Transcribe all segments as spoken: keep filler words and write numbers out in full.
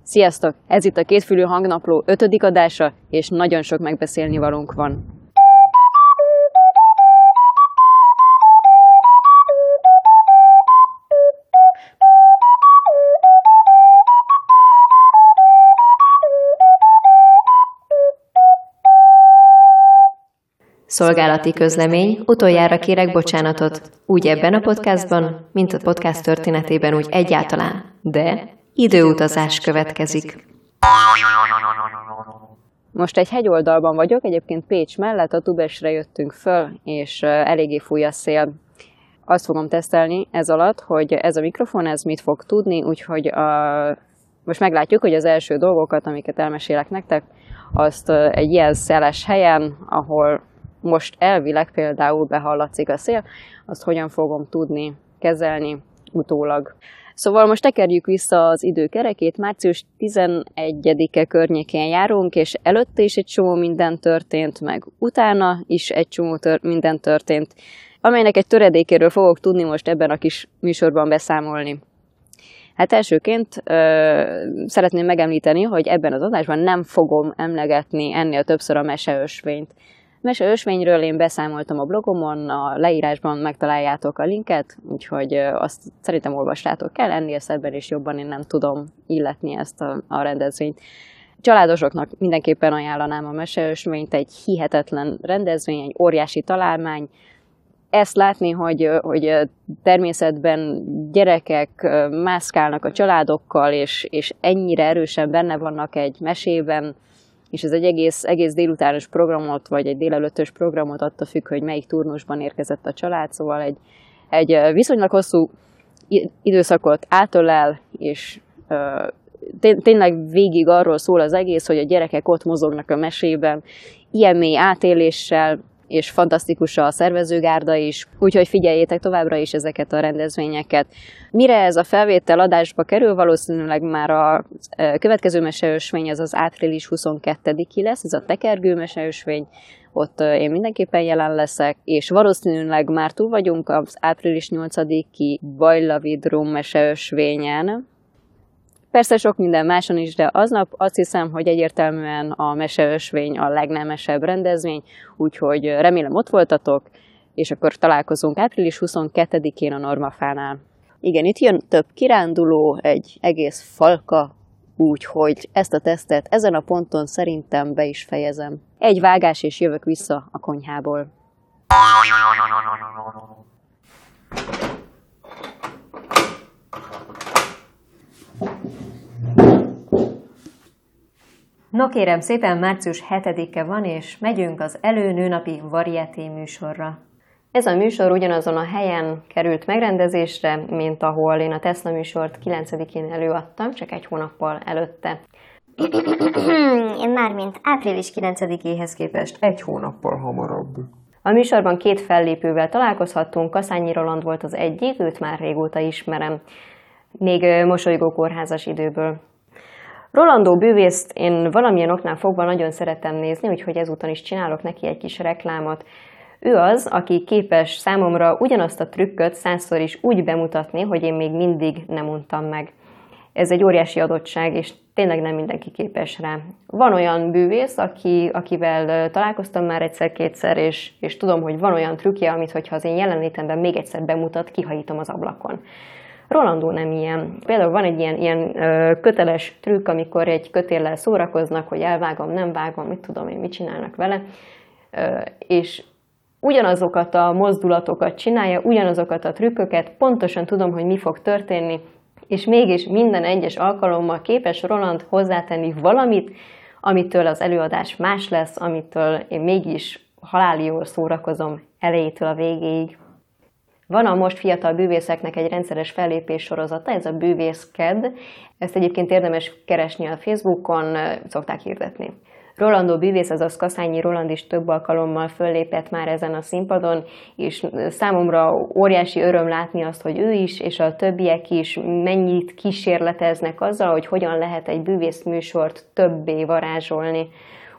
Sziasztok! Ez itt a Kétfülű Hangnapló ötödik adása, és nagyon sok megbeszélni valónk van. Szolgálati közlemény, utoljára kérek bocsánatot, úgy ebben a podcastban, mint a podcast történetében úgy egyáltalán, de időutazás következik. Most egy hegyoldalban vagyok, egyébként Pécs mellett, a Tubesre jöttünk föl, és eléggé fúj a szél. Azt fogom tesztelni ez alatt, hogy ez a mikrofon, ez mit fog tudni, úgyhogy a... most meglátjuk, hogy az első dolgokat, amiket elmesélek nektek, azt egy ilyen szeles helyen, ahol most elvileg például behallatszik a szél, azt hogyan fogom tudni kezelni utólag. Szóval most tekerjük vissza az időkerekét, március tizenegyedike környékén járunk, és előtte is egy csomó minden történt, meg utána is egy csomó tör- minden történt, amelynek egy töredékéről fogok tudni most ebben a kis műsorban beszámolni. Hát elsőként ö, szeretném megemlíteni, hogy ebben az adásban nem fogom emlegetni ennél többször a meseösvényt. Meseösvényről én beszámoltam a blogomon, a leírásban megtaláljátok a linket, úgyhogy azt szerintem olvassátok el, ennél szebben és jobban én nem tudom illetni ezt a, a rendezvényt. Családosoknak mindenképpen ajánlanám a meseösvényt, egy hihetetlen rendezvény, egy óriási találmány. Ezt látni, hogy, hogy természetben gyerekek mászkálnak a családokkal, és, és ennyire erősen benne vannak egy mesében, és ez egy egész, egész délutános programot, vagy egy délelőttös programot attól függ, hogy melyik turnusban érkezett a család, szóval egy, egy viszonylag hosszú időszakot átölel, és tényleg végig arról szól az egész, hogy a gyerekek ott mozognak a mesében, ilyen mély átéléssel, és fantasztikus a szervezőgárda is, úgyhogy figyeljétek továbbra is ezeket a rendezvényeket. Mire ez a felvétel adásba kerül, valószínűleg már a következő meseösvény, az az április huszonkettedike lesz, ez a tekergő meseösvény, ott én mindenképpen jelen leszek, és valószínűleg már túl vagyunk az április nyolcadiki Bajlavidrum meseösvényen. Persze sok minden máson is, de aznap azt hiszem, hogy egyértelműen a meseösvény a legnemesebb rendezvény, úgyhogy remélem ott voltatok, és akkor találkozunk április huszonkettedikén a Normafánál. Igen, itt jön több kiránduló, egy egész falka, úgyhogy ezt a tesztet ezen a ponton szerintem be is fejezem. Egy vágás, és jövök vissza a konyhából. No kérem szépen, március hetedike van, és megyünk az előnőnapi varieté műsorra. Ez a műsor ugyanazon a helyen került megrendezésre, mint ahol én a Tesla műsort kilencedikén előadtam, csak egy hónappal előtte. Mármint április kilencedikéhez képest egy hónappal hamarabb. A műsorban két fellépővel találkozhattunk, Kaszányi Roland volt az egyik, őt már régóta ismerem, még mosolygó kórházas időből. Rolandó bűvészt én valamilyen oknál fogva nagyon szeretem nézni, úgyhogy ezúton is csinálok neki egy kis reklámot. Ő az, aki képes számomra ugyanazt a trükköt százszor is úgy bemutatni, hogy én még mindig nem untam meg. Ez egy óriási adottság, és tényleg nem mindenki képes rá. Van olyan bűvész, aki, akivel találkoztam már egyszer-kétszer, és, és tudom, hogy van olyan trükkje, amit hogyha az én jelenlétemben még egyszer bemutat, kihajítom az ablakon. Rolandó nem ilyen. Például van egy ilyen, ilyen ö, köteles trükk, amikor egy kötéllel szórakoznak, hogy elvágom, nem vágom, mit tudom én, mit csinálnak vele, ö, és ugyanazokat a mozdulatokat csinálja, ugyanazokat a trükköket, pontosan tudom, hogy mi fog történni, és mégis minden egyes alkalommal képes Roland hozzátenni valamit, amitől az előadás más lesz, amitől én mégis haláli jól szórakozom elejétől a végéig. Van a most fiatal bűvészeknek egy rendszeres fellépés sorozata, ez a Bűvészked. Ezt egyébként érdemes keresni a Facebookon, szokták hirdetni. Rolandó bűvész, azaz Kaszányi Roland is több alkalommal föllépett már ezen a színpadon, és számomra óriási öröm látni azt, hogy ő is, és a többiek is mennyit kísérleteznek azzal, hogy hogyan lehet egy bűvészműsort többé varázsolni.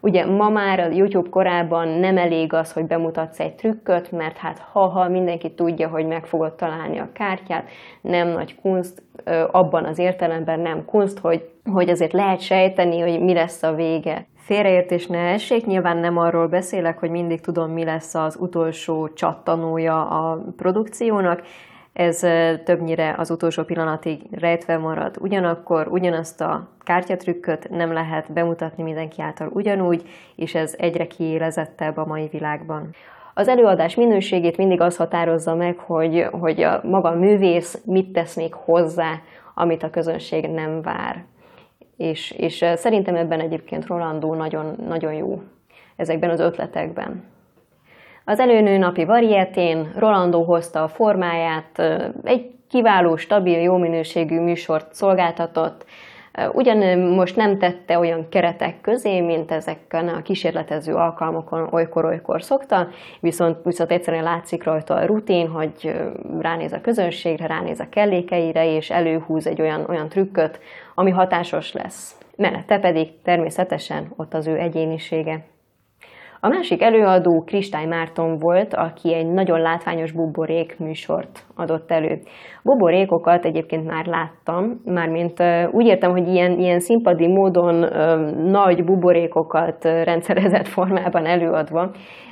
Ugye ma már a YouTube korában nem elég az, hogy bemutatsz egy trükköt, mert hát ha-ha mindenki tudja, hogy meg fogod találni a kártyát, nem nagy kunst, abban az értelemben nem kunst, hogy, hogy azért lehet sejteni, hogy mi lesz a vége. Félreértés ne essék, nyilván nem arról beszélek, hogy mindig tudom, mi lesz az utolsó csattanója a produkciónak, ez többnyire az utolsó pillanatig rejtve marad. Ugyanakkor ugyanazt a kártyatrükköt nem lehet bemutatni mindenki által ugyanúgy, és ez egyre kiélezettebb a mai világban. Az előadás minőségét mindig az határozza meg, hogy, hogy a maga a művész mit tesz még hozzá, amit a közönség nem vár. És, és szerintem ebben egyébként Rolando nagyon, nagyon jó, ezekben az ötletekben. Az előnő napi varietén Rolando hozta a formáját, egy kiváló, stabil, jó minőségű műsort szolgáltatott. Ugyan most nem tette olyan keretek közé, mint ezeken a kísérletező alkalmakon olykor-olykor szokta, viszont, viszont egyszerűen látszik rajta a rutin, hogy ránéz a közönségre, ránéz a kellékeire, és előhúz egy olyan, olyan trükköt, ami hatásos lesz. Mellette pedig természetesen ott az ő egyénisége. A másik előadó Kristály Márton volt, aki egy nagyon látványos buborék műsort adott elő. Buborékokat egyébként már láttam, mármint úgy értem, hogy ilyen, ilyen színpadi módon nagy buborékokat rendszerezett formában előadva.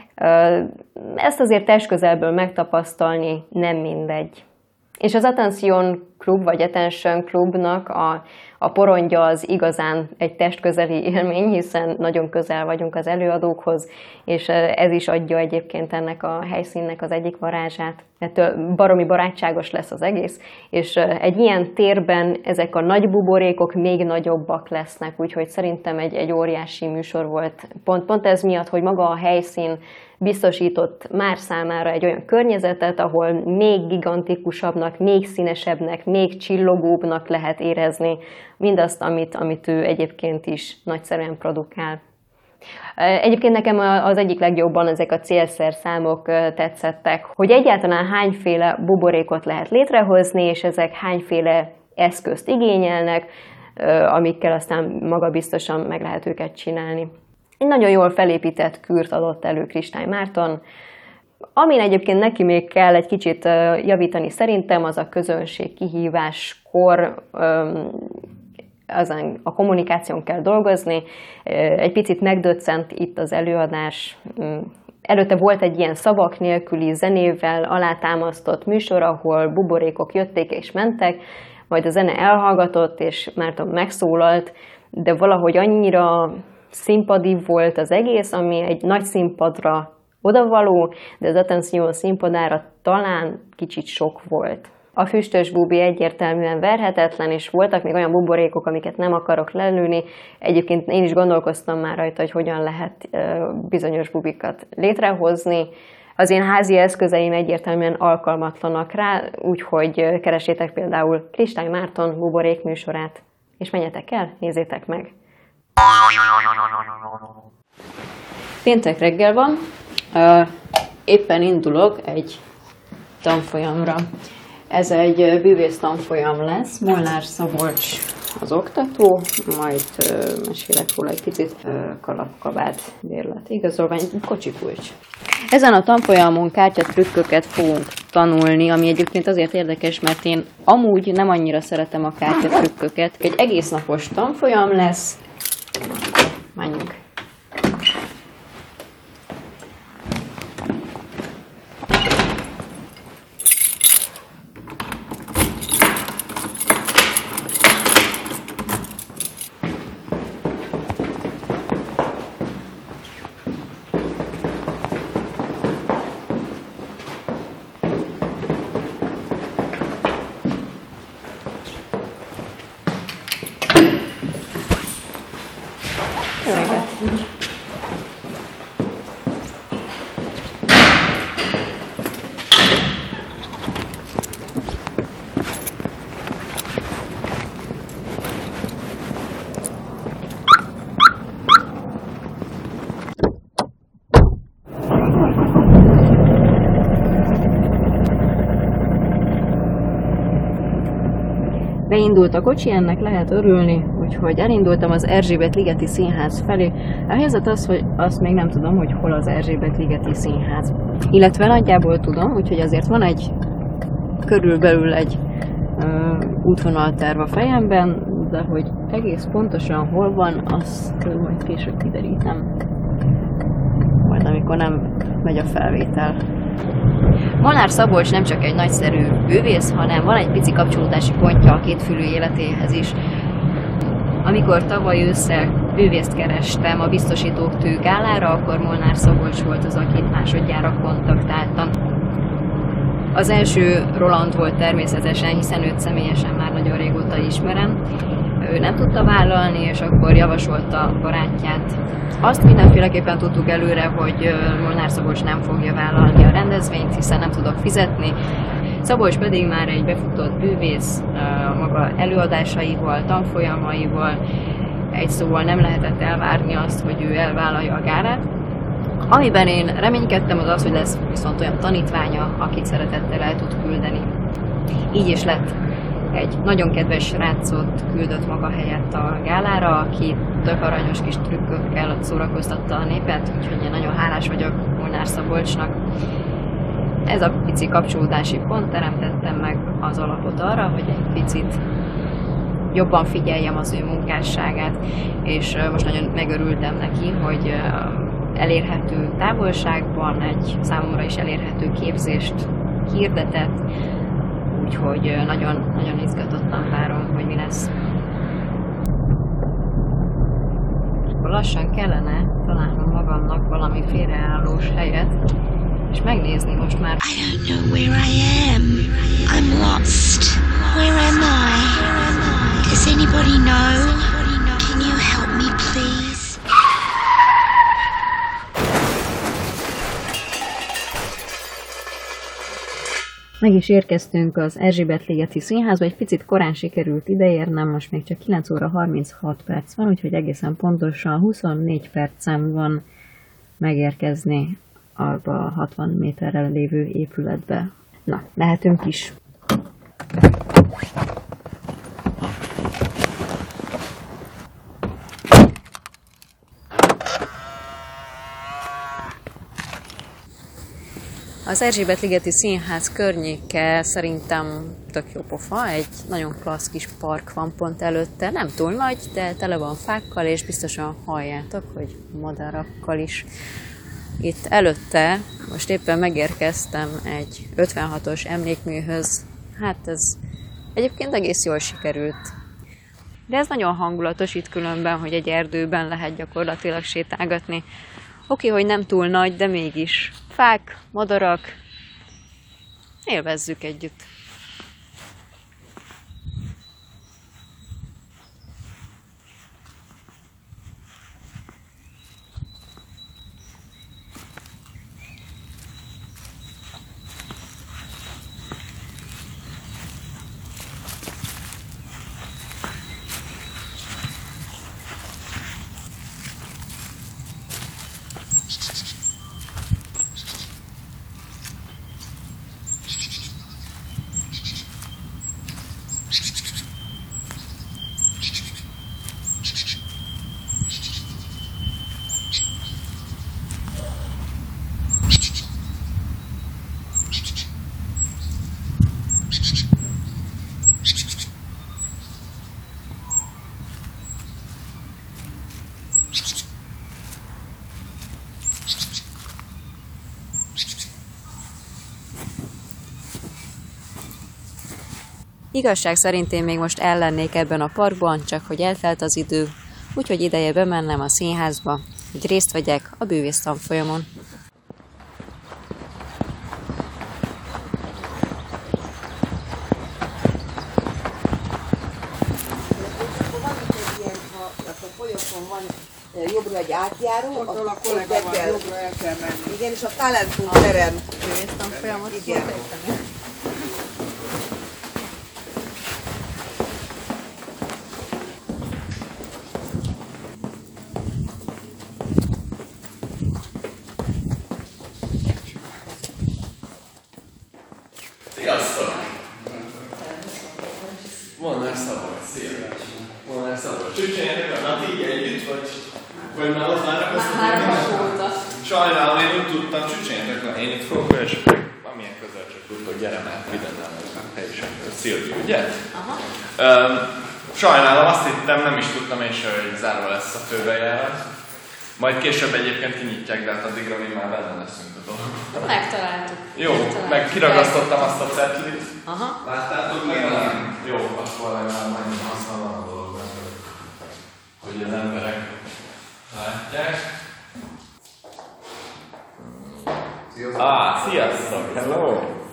Ezt azért testközelből megtapasztalni nem mindegy. És az Attention Club, vagy Attention Clubnak a, a porondja az igazán egy testközeli élmény, hiszen nagyon közel vagyunk az előadókhoz, és ez is adja egyébként ennek a helyszínnek az egyik varázsát. Ettől baromi barátságos lesz az egész, és egy ilyen térben ezek a nagy buborékok még nagyobbak lesznek, úgyhogy szerintem egy, egy óriási műsor volt. Pont, pont ez miatt, hogy maga a helyszín biztosított már számára egy olyan környezetet, ahol még gigantikusabbnak, még színesebbnek, még csillogóbbnak lehet érezni mindazt, amit, amit ő egyébként is nagyszerűen produkál. Egyébként nekem az egyik legjobban ezek a célszerszámok tetszettek, hogy egyáltalán hányféle buborékot lehet létrehozni, és ezek hányféle eszközt igényelnek, amikkel aztán magabiztosan meg lehet őket csinálni. Egy nagyon jól felépített kűrt adott elő Kristály Márton. Amin egyébként neki még kell egy kicsit javítani szerintem, az a közönség kihíváskor, azon a kommunikáción kell dolgozni. Egy picit megdöccent itt az előadás. Előtte volt egy ilyen szavak nélküli zenével alátámasztott műsor, ahol buborékok jötték és mentek, majd a zene elhallgatott, és Márton megszólalt, de valahogy annyira színpadi volt az egész, ami egy nagy színpadra odavaló, de az Attention színpadára talán kicsit sok volt. A füstös bubi egyértelműen verhetetlen, és voltak még olyan buborékok, amiket nem akarok lelőni. Egyébként én is gondolkoztam már rajta, hogy hogyan lehet bizonyos bubikat létrehozni. Az én házi eszközeim egyértelműen alkalmatlanak rá, úgyhogy keresétek például Kristály Márton buborék műsorát, és menjetek el, nézzétek meg! Péntek reggel van, éppen indulok egy tanfolyamra. Ez egy bűvész tanfolyam lesz, Molnár Szabolcs az oktató, majd mesélek róla egy picit, kalapkabát, bérlet, igazolvány, kocsikulcs. Ezen a tanfolyamon kártyatrükköket fogunk tanulni, ami egyébként azért érdekes, mert én amúgy nem annyira szeretem a kártyatrükköket. Egy egész napos tanfolyam lesz, menjünk. Beindult a kocsi, ennek lehet örülni, úgyhogy elindultam az Erzsébet-ligeti Színház felé. A helyzet az, hogy azt még nem tudom, hogy hol az Erzsébet-ligeti Színház. Illetve nagyjából tudom, úgyhogy azért van egy, körülbelül egy uh, útvonalterv a fejemben, de hogy egész pontosan hol van, azt majd később kiderítem. Majd amikor nem megy a felvétel. Molnár Szabolcs nem csak egy nagyszerű bűvész, hanem van egy pici kapcsolódási pontja a kétfülű életéhez is. Amikor tavaly ősszel bűvészt kerestem a biztosítók tő gálára, akkor Molnár Szabolcs volt az, akit másodjára kontaktáltam. Az első Roland volt természetesen, hiszen őt személyesen már nagyon régóta ismerem. Ő nem tudta vállalni, és akkor javasolta a barátját. Azt mindenféleképpen tudtuk előre, hogy Molnár Szabolcs nem fogja vállalni a rendezvényt, hiszen nem tudok fizetni. Szabolcs pedig már egy befutott bűvész a maga előadásaival, tanfolyamaival. Egy szóval nem lehetett elvárni azt, hogy ő elvállalja a gálát. Amiben én reménykedtem, az az, hogy lesz viszont olyan tanítványa, akit szeretettel el tud küldeni. Így is lett. Egy nagyon kedves srácot küldött maga helyett a gálára, aki tök aranyos kis trükkökkel szórakoztatta a népet, úgyhogy én nagyon hálás vagyok Molnár Szabolcsnak. Ez a pici kapcsolódási pont teremtettem meg az alapot arra, hogy egy picit jobban figyeljem az ő munkásságát, és most nagyon megörültem neki, hogy elérhető távolságban egy számomra is elérhető képzést hirdetett, úgyhogy nagyon, nagyon izgatottan várom, hogy mi lesz. Akkor lassan kellene találnom magamnak valami félreállós helyet, és megnézni most már. I don't know where I am. I'm lost. Where am I? Does anybody know? Can you help me, please? Meg is érkeztünk az Erzsébet-ligeti Színházba, egy picit korán sikerült ideérnem, most még csak kilenc óra harminchat perc van, úgyhogy egészen pontosan huszonnégy percem van megérkezni abba a hatvan méterrel lévő épületbe. Na, mehetünk is. Az Erzsébet-ligeti Színház környéke szerintem tök jó pofa, egy nagyon klassz kis park van pont előtte, nem túl nagy, de tele van fákkal, és biztosan halljátok, hogy madarakkal is. Itt előtte, most éppen megérkeztem egy ötvenhatos emlékműhöz, hát ez egyébként egész jól sikerült. De ez nagyon hangulatos itt különben, hogy egy erdőben lehet gyakorlatilag sétálgatni. Oké, hogy nem túl nagy, de mégis. Fák, madarak, élvezzük együtt. Igazság szerint én még most ellennék ebben a parkban, csak hogy eltelt az idő, úgyhogy ideje bemennem a színházba, hogy részt vegyek a bűvész tanfolyamon. Jobbra egy átjáró, attól a kollega van, kell, jobbra el kell menni. Igen, és a Talentum terem. Bűvész tanfolyamot Igen. Sziasztok! Molnár Szabolcs. Molnár Szabolcs. Csücsönjetek a Nati együtt, vagy, vagy már ott várnak azt Már kapcsolódta. Sajnálom, én úgy tudtam, csücsönjetek le. Én itt fogok és amilyen közel csak tudtok, gyere már, minden nem a helyisen. Szilvi, ugye? Aha. Um, sajnálom, azt hittem, nem is tudtam én sem, hogy zárva lesz a főbejárat. Majd később egyébként kinyitják, de hát addigra mi már benne leszünk a dolgokban. Megtaláltuk. Jó, Megtaláltuk. meg kiragasztottam azt a cetlit. Aha. Láttátok meg? Jó, akkor legalább majd használom a dolgot, hogy az emberek látják. Sziasztok! Ah, sziasztok! Hello!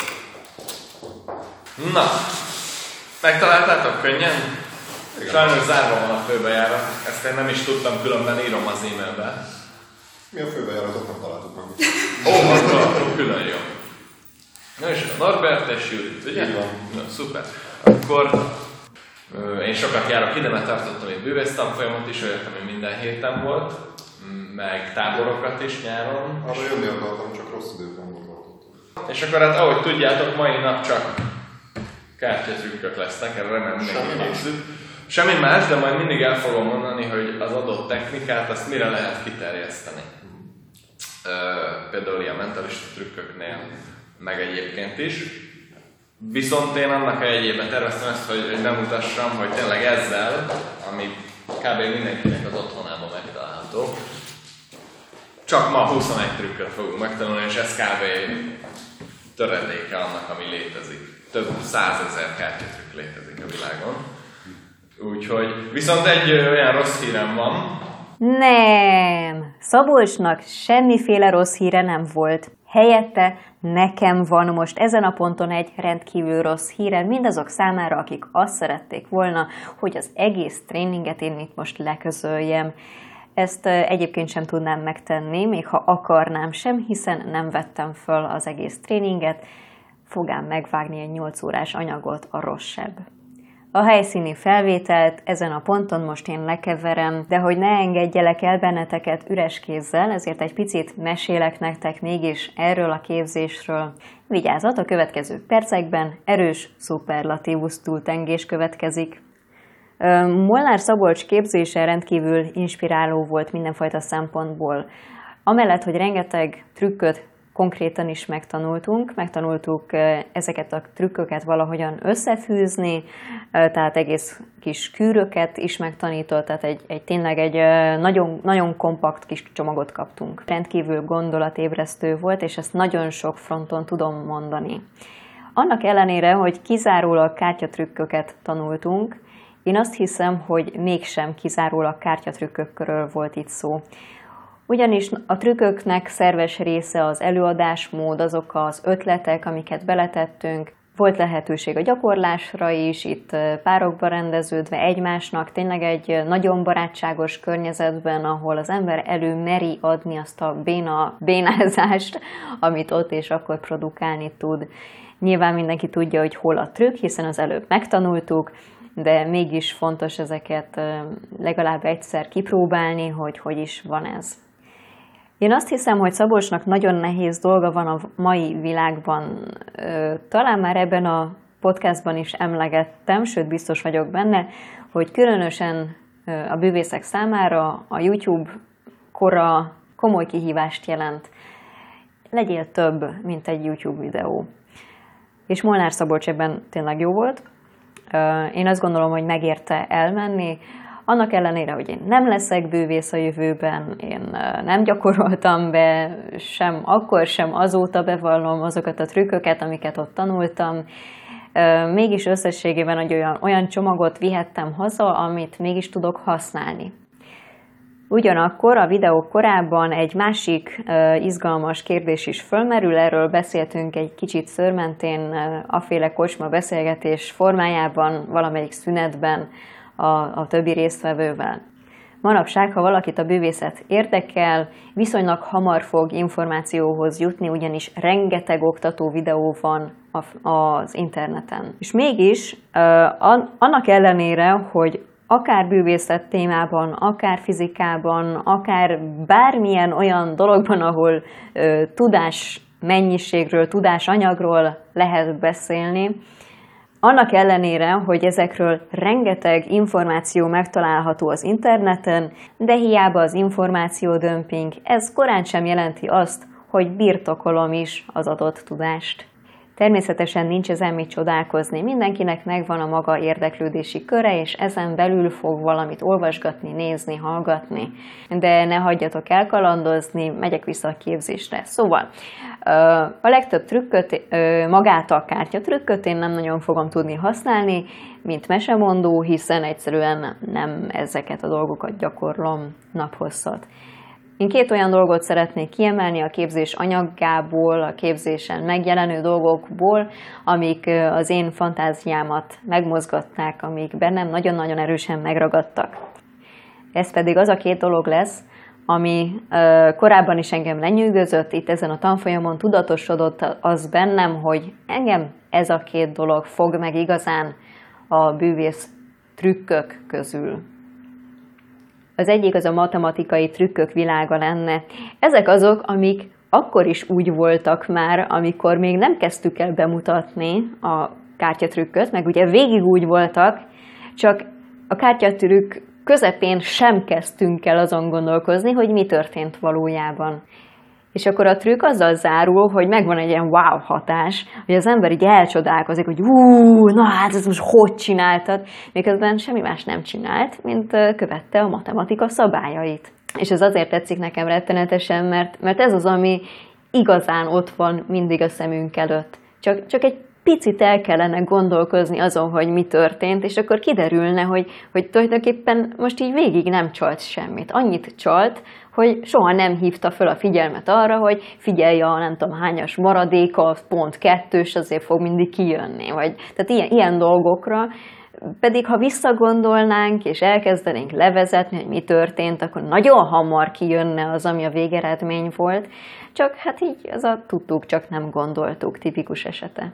Na, megtaláltátok könnyen? Sajnos zárva van a főbejárat, ezt én nem is tudtam, különben írom az e-mailbe. Mi a főbejáratot nem találtuk meg. Ó, akkor külön jó. Na és a Norbert és Judit, ugye? Így van. Na, szuper. Akkor ö, én sokat járok ide, mert tartottam egy bűvésztanfolyamot is, olyat, ami minden héten volt, meg táborokat is nyáron. Arra jönni akartam, csak rossz időpontban tartottam. És akkor hát ahogy tudjátok, mai nap csak kártyatrükkök lesznek, erre remélem mindenki készült. Semmi más, de majd mindig el fogom mondani, hogy az adott technikát, azt mire lehet kiterjeszteni. Ö, például ilyen mentalista trükköknél, meg egyébként is. Viszont én annak a jegyében terveztem ezt, hogy, hogy bemutassam, hogy tényleg ezzel, ami kb. Mindenkinek az otthonában megtalálható, csak ma huszonegy trükköt fogunk megtanulni, és ez kb. Töredéke annak, ami létezik. Több százezer kártyatrükk létezik a világon. Úgyhogy, viszont egy olyan rossz hírem van. Nem! Szabolcsnak semmiféle rossz híre nem volt. Helyette nekem van most ezen a ponton egy rendkívül rossz hírem mindazok számára, akik azt szerették volna, hogy az egész tréninget én itt most leközöljem. Ezt egyébként sem tudnám megtenni, még ha akarnám sem, hiszen nem vettem föl az egész tréninget, fogám megvágni egy nyolc órás anyagot a rosszabb. A helyszíni felvételt ezen a ponton most én lekeverem, de hogy ne engedjelek el benneteket üres kézzel, ezért egy picit mesélek nektek mégis erről a képzésről. Vigyázat, a következő percekben erős szuperlatívusz túltengés következik. Molnár Szabolcs képzése rendkívül inspiráló volt mindenfajta szempontból. Amellett, hogy rengeteg trükköt konkrétan is megtanultunk, megtanultuk ezeket a trükköket valahogyan összefűzni, tehát egész kis kűröket is megtanított, tehát egy, egy tényleg egy nagyon, nagyon kompakt kis csomagot kaptunk. Rendkívül gondolatébresztő volt, és ezt nagyon sok fronton tudom mondani. Annak ellenére, hogy kizárólag kártyatrükköket tanultunk, én azt hiszem, hogy mégsem kizárólag kártyatrükkökről volt itt szó. Ugyanis a trükköknek szerves része az előadásmód, azok az ötletek, amiket beletettünk. Volt lehetőség a gyakorlásra is, itt párokba rendeződve egymásnak, tényleg egy nagyon barátságos környezetben, ahol az ember előmeri adni azt a béna, bénázást, amit ott és akkor produkálni tud. Nyilván mindenki tudja, hogy hol a trükk, hiszen az előbb megtanultuk, de mégis fontos ezeket legalább egyszer kipróbálni, hogy hogy is van ez. Én azt hiszem, hogy Szabolcsnak nagyon nehéz dolga van a mai világban. Talán már ebben a podcastban is emlegettem, sőt biztos vagyok benne, hogy különösen a bűvészek számára a YouTube kora komoly kihívást jelent. Legyél több, mint egy YouTube videó. És Molnár Szabolcs ebben tényleg jó volt. Én azt gondolom, hogy megérte elmenni. Annak ellenére, hogy én nem leszek bűvész a jövőben, én nem gyakoroltam be sem akkor, sem azóta, bevallom azokat a trükköket, amiket ott tanultam. Mégis összességében egy olyan, olyan csomagot vihettem haza, amit mégis tudok használni. Ugyanakkor a videó korában egy másik uh, izgalmas kérdés is fölmerül, erről beszéltünk egy kicsit szőrmentén, uh, aféle kocsma beszélgetés formájában, valamelyik szünetben a, a többi résztvevővel. Manapság, ha valakit a bűvészet érdekel, viszonylag hamar fog információhoz jutni, ugyanis rengeteg oktató videó van az interneten. És mégis annak ellenére, hogy akár bűvészet témában, akár fizikában, akár bármilyen olyan dologban, ahol tudás mennyiségről, tudásanyagról lehet beszélni, Annak ellenére, hogy ezekről rengeteg információ megtalálható az interneten, de hiába az információdömping, ez korán sem jelenti azt, hogy birtokolom is az adott tudást. Természetesen nincs ezen mit csodálkozni, mindenkinek megvan a maga érdeklődési köre, és ezen belül fog valamit olvasgatni, nézni, hallgatni. De ne hagyjatok elkalandozni, megyek vissza a képzésre. Szóval a legtöbb trükköt, magát a kártyatrükköt én nem nagyon fogom tudni használni, mint mesemondó, hiszen egyszerűen nem ezeket a dolgokat gyakorlom naphosszat. Én két olyan dolgot szeretnék kiemelni a képzés anyagából, a képzésen megjelenő dolgokból, amik az én fantáziámat megmozgatták, amik bennem nagyon-nagyon erősen megragadtak. Ez pedig az a két dolog lesz, ami korábban is engem lenyűgözött, itt ezen a tanfolyamon tudatosodott az bennem, hogy engem ez a két dolog fog meg igazán a bűvész trükkök közül. Az egyik az a matematikai trükkök világa lenne. Ezek azok, amik akkor is úgy voltak már, amikor még nem kezdtük el bemutatni a kártyatrükköt, meg ugye végig úgy voltak, csak a kártyatrükk közepén sem kezdtünk el azon gondolkozni, hogy mi történt valójában. És akkor a trükk azzal zárul, hogy megvan egy ilyen wow hatás, hogy az ember így elcsodálkozik, hogy ú, na hát ez most hogy csináltad? Miközben semmi más nem csinált, mint követte a matematika szabályait. És ez azért tetszik nekem rettenetesen, mert, mert ez az, ami igazán ott van mindig a szemünk előtt. Csak, csak egy picit el kellene gondolkozni azon, hogy mi történt, és akkor kiderülne, hogy, hogy tulajdonképpen most így végig nem csalt semmit. Annyit csalt, hogy soha nem hívta föl a figyelmet arra, hogy figyelj a nem tudom hányas maradéka, pont kettős, azért fog mindig kijönni. Vagy, tehát ilyen, ilyen dolgokra, pedig ha visszagondolnánk, és elkezdenénk levezetni, hogy mi történt, akkor nagyon hamar kijönne az, ami a végeredmény volt. Csak hát így ez a tudtuk, csak nem gondoltuk, tipikus esete.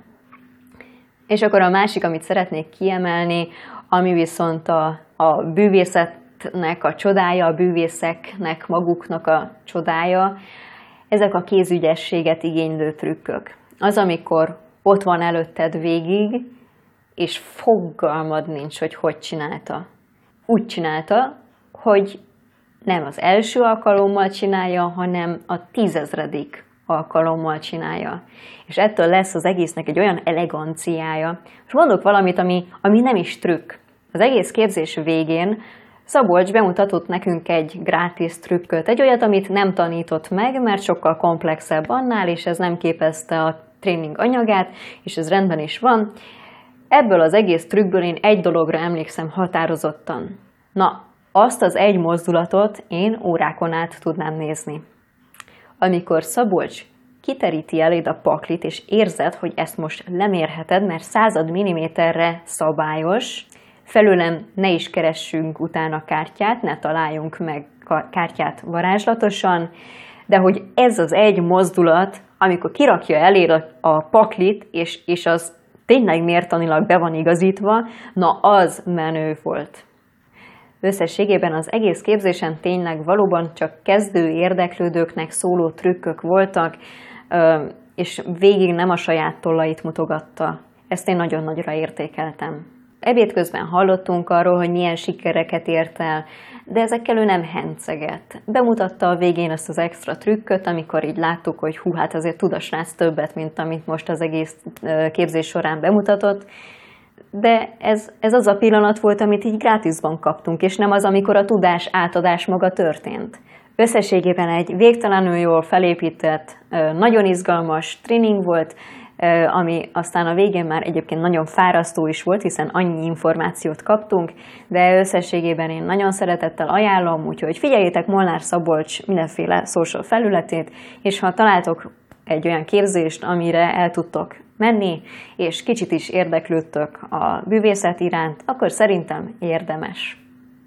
És akkor a másik, amit szeretnék kiemelni, ami viszont a, a bűvészetnek a csodája, a bűvészeknek maguknak a csodája, ezek a kézügyességet igénylő trükkök. Az, amikor ott van előtted végig, és fogalmad nincs, hogy hogy csinálta. Úgy csinálta, hogy nem az első alkalommal csinálja, hanem a tízezredik alkalommal csinálja. És ettől lesz az egésznek egy olyan eleganciája. És mondok valamit, ami, ami nem is trükk. Az egész képzés végén Szabolcs bemutatott nekünk egy grátis trükköt, egy olyat, amit nem tanított meg, mert sokkal komplexebb annál, és ez nem képezte a tréning anyagát, és ez rendben is van. Ebből az egész trükkből én egy dologra emlékszem határozottan. Na, azt az egy mozdulatot én órákon át tudnám nézni. Amikor Szabolcs kiteríti eléd a paklit, és érzed, hogy ezt most lemérheted, mert század milliméterre szabályos, felőlem ne is keressünk utána kártyát, ne találjunk meg kártyát varázslatosan, de hogy ez az egy mozdulat, amikor kirakja eléd a, a paklit, és, és az tényleg mértanilag be van igazítva, na az menő volt. Összességében az egész képzésen tényleg valóban csak kezdő érdeklődőknek szóló trükkök voltak, és végig nem a saját tollait mutogatta. Ezt én nagyon nagyra értékeltem. Ebéd közben hallottunk arról, hogy milyen sikereket ért el, de ezekkel ő nem henceget. Bemutatta a végén azt az extra trükköt, amikor így láttuk, hogy hú, hát azért tud a srác többet, mint amit most az egész képzés során bemutatott. De ez, ez az a pillanat volt, amit így grátisban kaptunk, és nem az, amikor a tudás átadás maga történt. Összességében egy végtelenül jól felépített, nagyon izgalmas tréning volt, ami aztán a végén már egyébként nagyon fárasztó is volt, hiszen annyi információt kaptunk, de összességében én nagyon szeretettel ajánlom, úgyhogy figyeljétek Molnár Szabolcs mindenféle social felületét, és ha találtok egy olyan képzést, amire el tudtok menni, és kicsit is érdeklődtök a bűvészet iránt, akkor szerintem érdemes.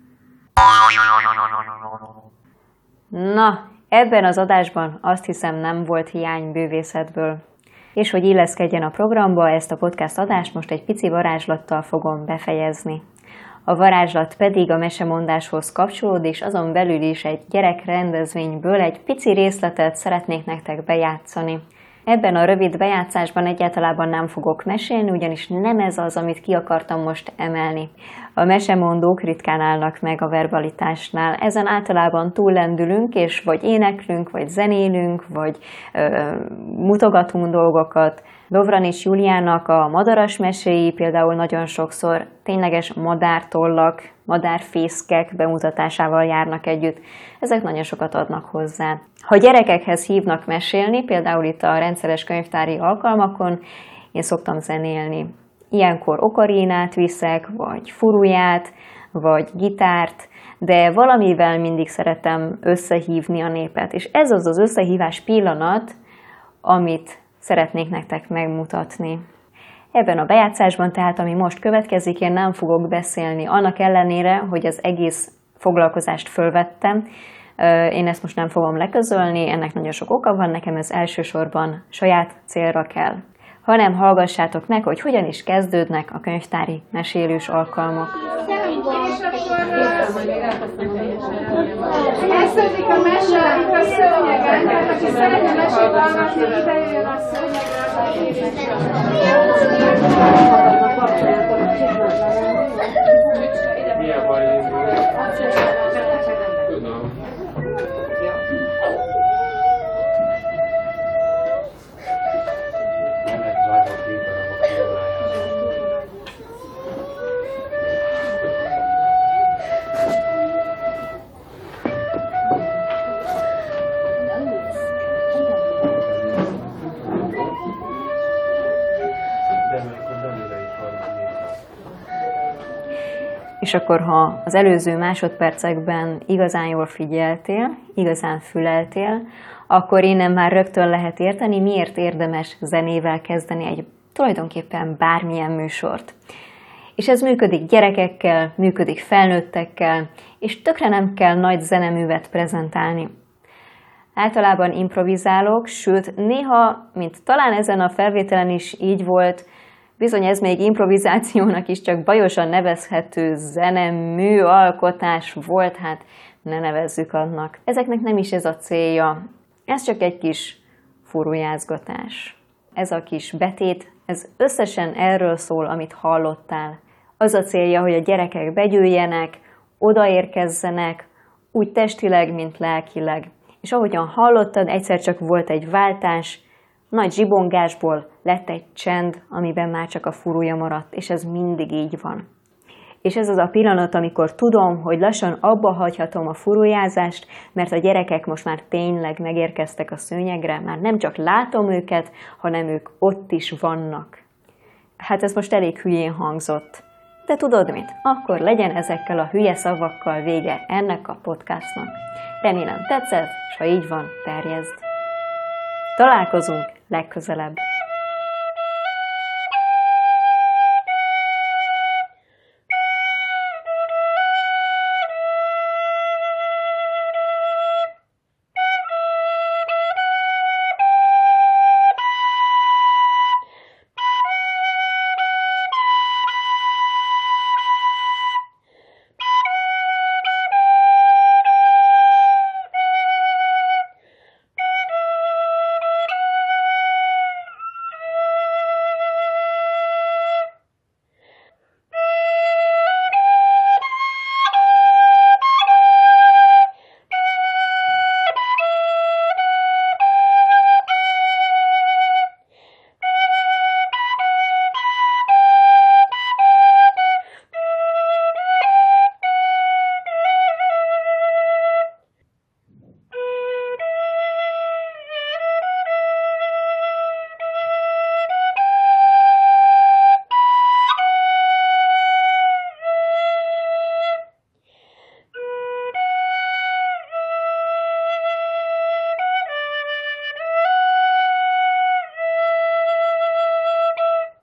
Na, ebben az adásban azt hiszem nem volt hiány bűvészetből. És hogy illeszkedjen a programba, ezt a podcast adást most egy pici varázslattal fogom befejezni. A varázslat pedig a mesemondáshoz kapcsolód, és azon belül is egy gyerekrendezvényből egy pici részletet szeretnék nektek bejátszani. Ebben a rövid bejátszásban egyáltalán nem fogok mesélni, ugyanis nem ez az, amit ki akartam most emelni. A mesemondók ritkán állnak meg a verbalitásnál. Ezen általában túllendülünk, és vagy éneklünk, vagy zenélünk, vagy ö, mutogatunk dolgokat. Lovranich Juliának a madaras meséi például nagyon sokszor tényleges madártollak, madárfészkek bemutatásával járnak együtt. Ezek nagyon sokat adnak hozzá. Ha gyerekekhez hívnak mesélni, például itt a rendszeres könyvtári alkalmakon, én szoktam zenélni. Ilyenkor okarénát viszek, vagy furuját, vagy gitárt, de valamivel mindig szeretem összehívni a népet. És ez az az összehívás pillanat, amit szeretnék nektek megmutatni. Ebben a bejátszásban tehát, ami most következik, én nem fogok beszélni, annak ellenére, hogy az egész foglalkozást fölvettem. Én ezt most nem fogom leközölni, ennek nagyon sok oka van, nekem ez elsősorban saját célra kell. Hanem hallgassátok meg, hogy hogyan is kezdődnek a könyvtári mesélős alkalmak. Kezdődik a mese itt a szőnyegen, tehát aki szeretne mesét hallgatni, ide jöjjön a És akkor, ha az előző másodpercekben igazán jól figyeltél, igazán füleltél, akkor innen már rögtön lehet érteni, miért érdemes zenével kezdeni egy tulajdonképpen bármilyen műsort. És ez működik gyerekekkel, működik felnőttekkel, és tökre nem kell nagy zeneművet prezentálni. Általában improvizálok, sőt, néha, mint talán ezen a felvételen is így volt, bizony ez még improvizációnak is csak bajosan nevezhető zenemű alkotás volt, hát ne nevezzük annak. Ezeknek nem is ez a célja, ez csak egy kis furujázgatás. Ez a kis betét, ez összesen erről szól, amit hallottál. Az a célja, hogy a gyerekek begyűjjenek, odaérkezzenek, úgy testileg, mint lelkileg. És ahogyan hallottad, egyszer csak volt egy váltás, nagy zsibongásból lett egy csend, amiben már csak a furúja maradt, és ez mindig így van. És ez az a pillanat, amikor tudom, hogy lassan abba hagyhatom a furujázást, mert a gyerekek most már tényleg megérkeztek a szőnyegre, már nem csak látom őket, hanem ők ott is vannak. Hát ez most elég hülyén hangzott. De tudod mit? Akkor legyen ezekkel a hülye szavakkal vége ennek a podcastnak. Remélem tetszett, és ha így van, terjeszd. Találkozunk legközelebb.